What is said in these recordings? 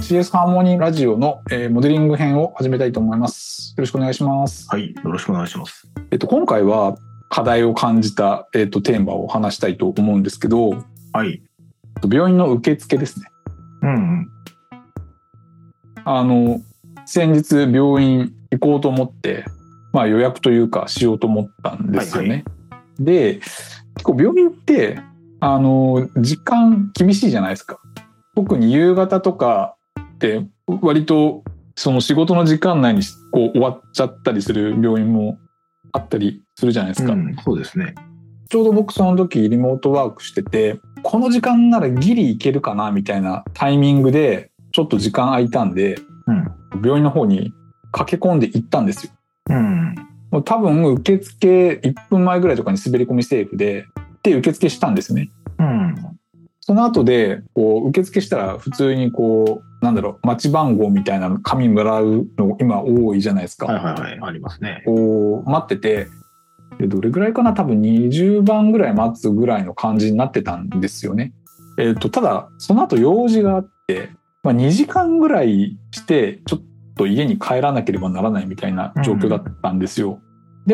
CS ハーモニーラジオの、モデリング編を始めたいと思います。よろしくお願いします。 はい、よろしくお願いします。 今回は課題を感じた、テーマを話したいと思うんですけど、 はい。 病院の受付ですね。先日病院行こうと思って、予約というかしようと思ったんですよね。で、結構病院って時間厳しいじゃないですか。特に夕方とかって割とその仕事の時間内にこう終わっちゃったりする病院もあったりするじゃないですか。 そうですね。 ちょうど僕その時リモートワークしてて、この時間ならギリ行けるかなみたいなタイミングでちょっと時間空いたんで、病院の方に駆け込んで行ったんですよ。もう多分受付1分前ぐらいとかに滑り込みセーフで受付したんですね。その後でこう受付したら普通にこう待ち番号みたいな紙もらうの今多いじゃないですか。 ありますね。 こう待ってて、でどれぐらいかな、多分20番ぐらい待つぐらいの感じになってたんですよね。ただその後用事があって、2時間ぐらいしてちょっと家に帰らなければならないみたいな状況だったんですよ。で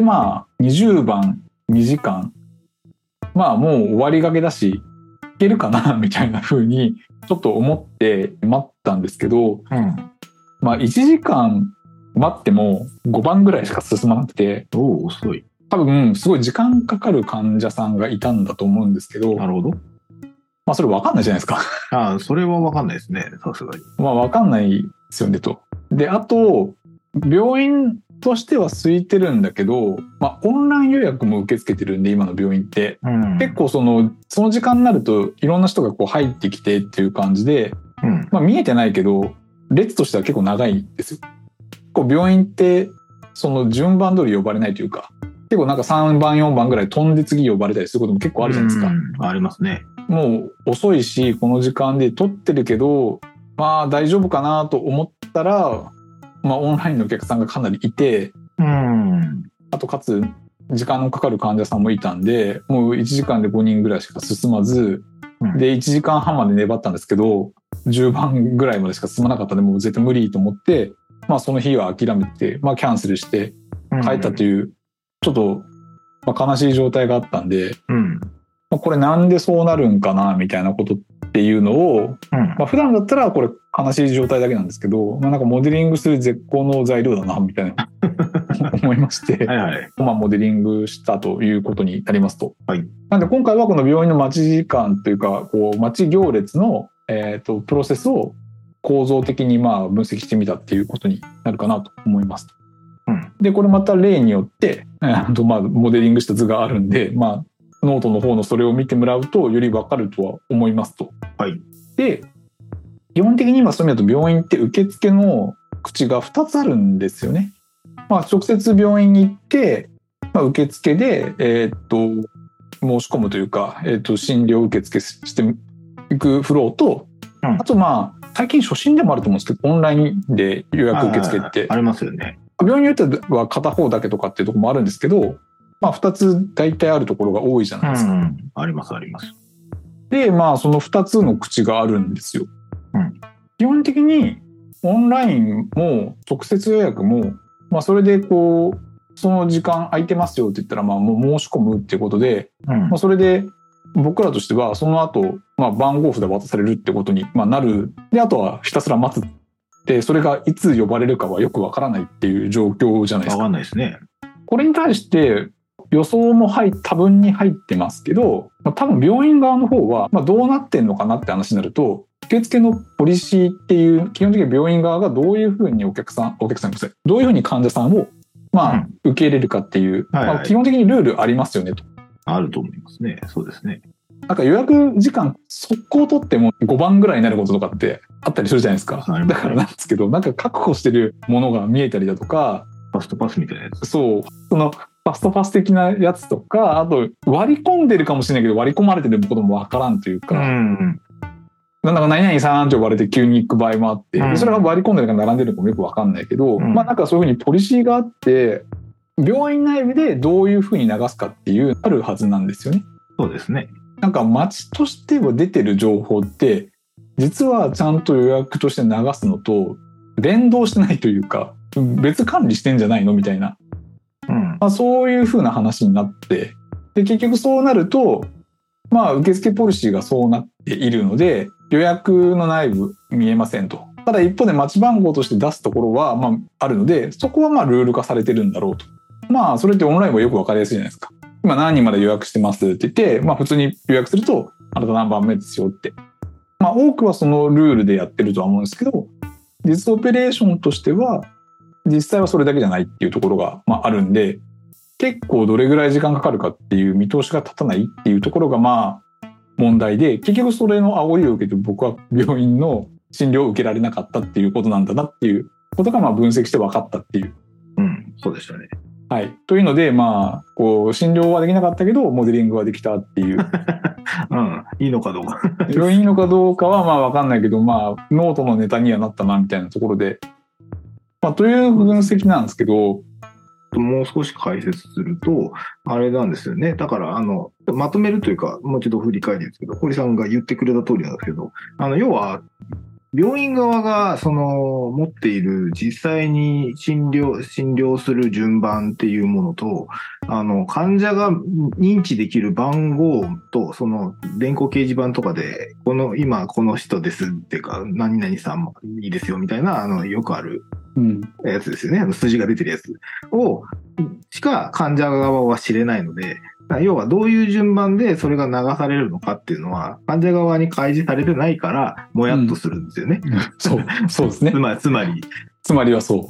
20番2時間もう終わりがけだしいけるかなみたいな風にちょっと思って待ったんですけど、1時間待っても5番ぐらいしか進まなくて、 遅い。 多分すごい時間かかる患者さんがいたんだと思うんですけど。 なるほど。 それ分かんないじゃないですか。 それは分かんないですね、さすがに。 分かんないですよねと。であと病院としては空いてるんだけど、オンライン予約も受け付けてるんで今の病院って、結構その時間になるといろんな人がこう入ってきてっていう感じで、見えてないけど列としては結構長いんですよ。こう病院ってその順番通り呼ばれないというか、結構3番4番ぐらい飛んで次呼ばれたりすることも結構あるじゃないですか。 ありますね。 もう遅いしこの時間で撮ってるけど大丈夫かなと思ったら、オンラインのお客さんがかなりいて、あとかつ時間のかかる患者さんもいたんで、もう1時間で5人ぐらいしか進まず、で1時間半まで粘ったんですけど10番ぐらいまでしか進まなかったんで、もう絶対無理と思って、その日は諦めて、キャンセルして帰ったという、ちょっと、悲しい状態があったんで、これなんでそうなるんかなみたいなことっていうのを、普段だったらこれ悲しい状態だけなんですけど、モデリングする絶好の材料だなみたいな思いましてモデリングしたということになりますと。なんで今回はこの病院の待ち時間というかこう待ち行列の、プロセスを構造的に分析してみたっていうことになるかなと思います。でこれまた例によってモデリングした図があるんで、ノートの方のそれを見てもらうとより分かるとは思いますと。で基本的に今そういう意味だと病院って受付の口が2つあるんですよね。直接病院に行って、受付で、申し込むというか、診療受付していくフローと、あと最近初診でもあると思うんですけどオンラインで予約受付ってありますよね。 病院によっては片方だけとかっていうところもあるんですけど、2つ大体あるところが多いじゃないですか。 ありますあります。 でその2つの口があるんですよ。基本的にオンラインも直接予約も、それでこうその時間空いてますよって言ったらもう申し込むっていうことで、それで僕らとしてはその後、番号札渡されるってことになる。であとはひたすら待つ。でそれがいつ呼ばれるかはよくわからないっていう状況じゃないですか。 わかんないですね。 これに対して予想も多分に入ってますけど、多分病院側の方はどうなってんのかなって話になると、受付のポリシーっていう基本的に病院側がどういうふうにお客さんどういうふうに患者さんを受け入れるかっていう、基本的にルールありますよねと。 あると思いますね。そうですね。 予約時間速攻取っても5番ぐらいになることとかってあったりするじゃないですか。だからなんですけど、確保してるものが見えたりだとか、 ファストパスみたいなやつ。 そのファストパス的なやつとか、あと割り込んでるかもしれないけど割り込まれてることもわからんというか、何々さんって呼ばれて急に行く場合もあって、それが割り込んでるか並んでるのかもよくわかんないけど、そういうふうにポリシーがあって病院内部でどういうふうに流すかっていうあるはずなんですよね。 そうですね。 町としては出てる情報って実はちゃんと予約として流すのと連動してないというか、別管理してんじゃないのみたいな、そういう風な話になって、で結局そうなると、受付ポリシーがそうなっているので予約の内部見えませんと。ただ一方で待ち番号として出すところはあるので、そこはルール化されてるんだろうと。それってオンラインはよく分かりやすいじゃないですか。今何人まで予約してますって言って、普通に予約するとあなた何番目ですよって。多くはそのルールでやってるとは思うんですけど、実オペレーションとしては実際はそれだけじゃないっていうところがあるんで、結構どれぐらい時間かかるかっていう見通しが立たないっていうところが問題で、結局それの煽りを受けて僕は病院の診療を受けられなかったっていうことなんだなっていうことが分析して分かったっていう。 そうでしたね。 はい。というので診療はできなかったけどモデリングはできたっていう。 いいのかどうか。 いいのかどうかは分かんないけど、ノートのネタにはなったなみたいなところで、という分析なんですけど。 もう少し解説すると、あれなんですよね。だから、まとめるというか、もう一度振り返るんですけど、堀さんが言ってくれた通りなんですけど、要は、病院側が、持っている実際に診療する順番っていうものと、患者が認知できる番号と、電光掲示板とかで、今この人ですっていうか、何々さんいいですよみたいな、よくあるやつですよね。数字が出てるやつを、しか患者側は知れないので、要はどういう順番でそれが流されるのかっていうのは患者側に開示されてないからもやっとするんですよね。 そうですね。つまりはそう。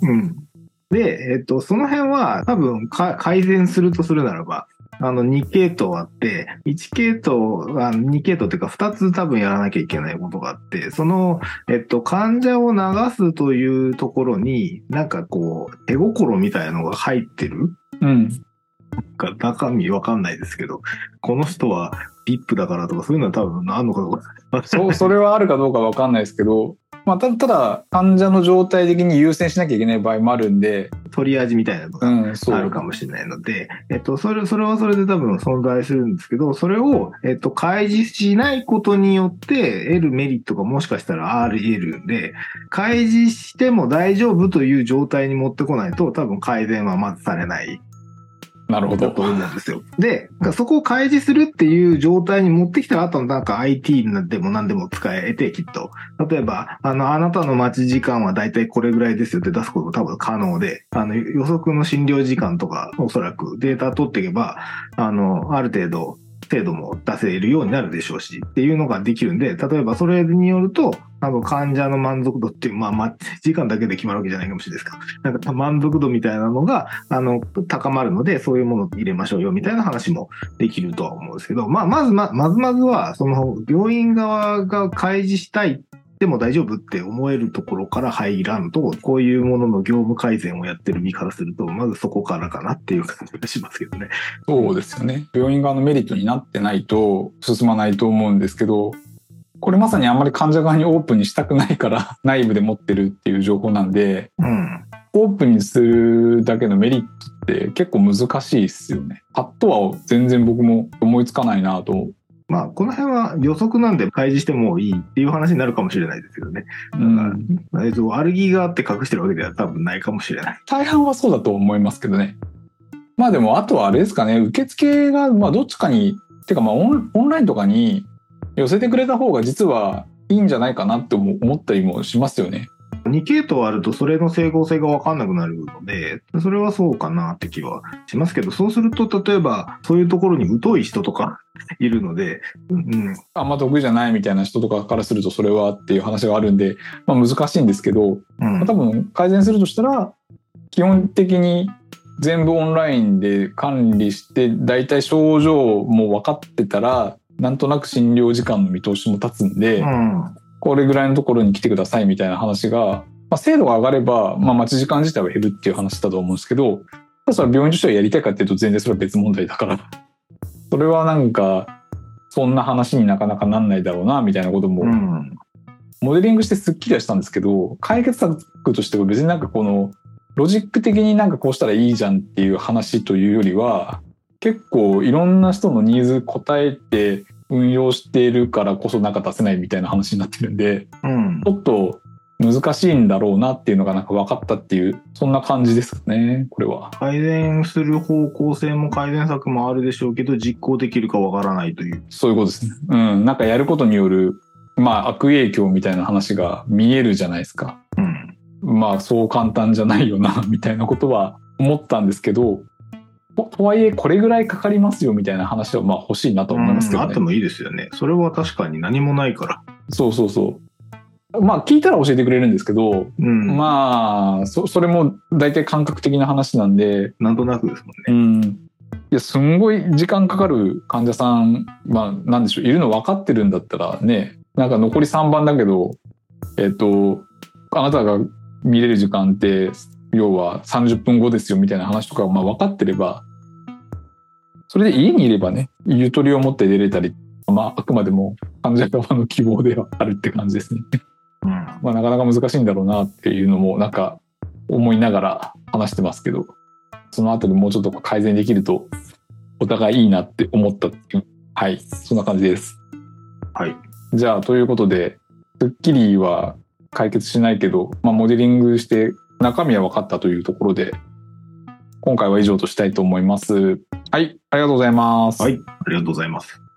で、その辺は多分改善するとするならば、2系統あって、1系統、2系統っていうか2つ多分やらなきゃいけないことがあって、患者を流すというところに、手心みたいなのが入ってる。中身わかんないですけど、この人は VIP だからとかそういうのは多分あんのかどうか。 それはあるかどうかわかんないですけど、ただ患者の状態的に優先しなきゃいけない場合もあるんで、 トリアージみたいなのがあるかもしれないので、それはそれで多分存在するんですけど、それを、開示しないことによって得るメリットがもしかしたらあり得るんで、開示しても大丈夫という状態に持ってこないと多分改善はまずされない。 なるほど。 だと思うんですよ。で、そこを開示するっていう状態に持ってきたら、あとIT でも何でも使えて、きっと。例えば、あなたの待ち時間はだいたいこれぐらいですよって出すことも多分可能で、予測の診療時間とか、おそらくデータ取っていけば、ある程度、精度も出せるようになるでしょうし、っていうのができるんで、例えばそれによると、患者の満足度っていう、待ち時間だけで決まるわけじゃないかもしれないですけど、満足度みたいなのが、高まるので、そういうものを入れましょうよみたいな話もできるとは思うんですけど、まずは、病院側が開示したいでも大丈夫って思えるところから入らんと、こういうものの業務改善をやってる身からすると、まずそこからかなっていう感じがしますけどね。 そうですよね。病院側のメリットになってないと進まないと思うんですけど、これまさにあんまり患者側にオープンにしたくないから内部で持ってるっていう情報なんで、オープンにするだけのメリットって結構難しいですよね。パッとは全然僕も思いつかないなと。 この辺は予測なんで開示してもいいっていう話になるかもしれないですけどね。アルギがあって隠してるわけでは多分ないかもしれない。 大半はそうだと思いますけどね。でもあとはあれですかね、受付がどっちかに、てかオンラインとかに寄せてくれた方が実はいいんじゃないかなって思ったりもしますよね。 2系統あるとそれの整合性が分かんなくなるので、それはそうかなって気はしますけど、そうすると例えばそういうところに疎い人とかいるので、 あんま得意じゃないみたいな人とかからするとそれはっていう話があるんで、難しいんですけど、多分改善するとしたら基本的に全部オンラインで管理して、だいたい症状も分かってたらなんとなく診療時間の見通しも立つんで、これぐらいのところに来てくださいみたいな話が、精度が上がれば、待ち時間自体は減るっていう話だと思うんですけど、それは病院としてはやりたいかっていうと全然それは別問題だから、それはそんな話になかなかなんないだろうなみたいなことも、モデリングしてスッキリはしたんですけど、解決策としては別にこのロジック的にこうしたらいいじゃんっていう話というよりは、結構いろんな人のニーズ答えて運用しているからこそなんか出せないみたいな話になってるんで、ちょっと難しいんだろうなっていうのがなんか分かったっていう、そんな感じですかね、これは。 改善する方向性も改善策もあるでしょうけど、実行できるか分からないという。 そういうことですね。なんかやることによる、悪影響みたいな話が見えるじゃないですか。そう簡単じゃないよな、みたいなことは思ったんですけど、とはいえこれぐらいかかりますよみたいな話は欲しいなと思いますけどね。 あってもいいですよね。それは確かに何もないから。 そうそうそう。聞いたら教えてくれるんですけど、それも大体感覚的な話なんで。 なんとなくですもんね。 いや、すんごい時間かかる患者さん、なんでしょう、いるの分かってるんだったらね、なんか残り3番だけど、あなたが見れる時間って、要は30分後ですよみたいな話とか分かってれば、それで家にいればね、ゆとりを持って出れたり、あくまでも患者側の希望ではあるって感じですね。なかなか難しいんだろうなっていうのもなんか思いながら話してますけど、そのあたりもうちょっと改善できるとお互いいいなって思ったっていう、そんな感じです。じゃあということで、スッキリは解決しないけど、モデリングして中身は分かったというところで、今回は以上としたいと思います。ありがとうございます。 ありがとうございます。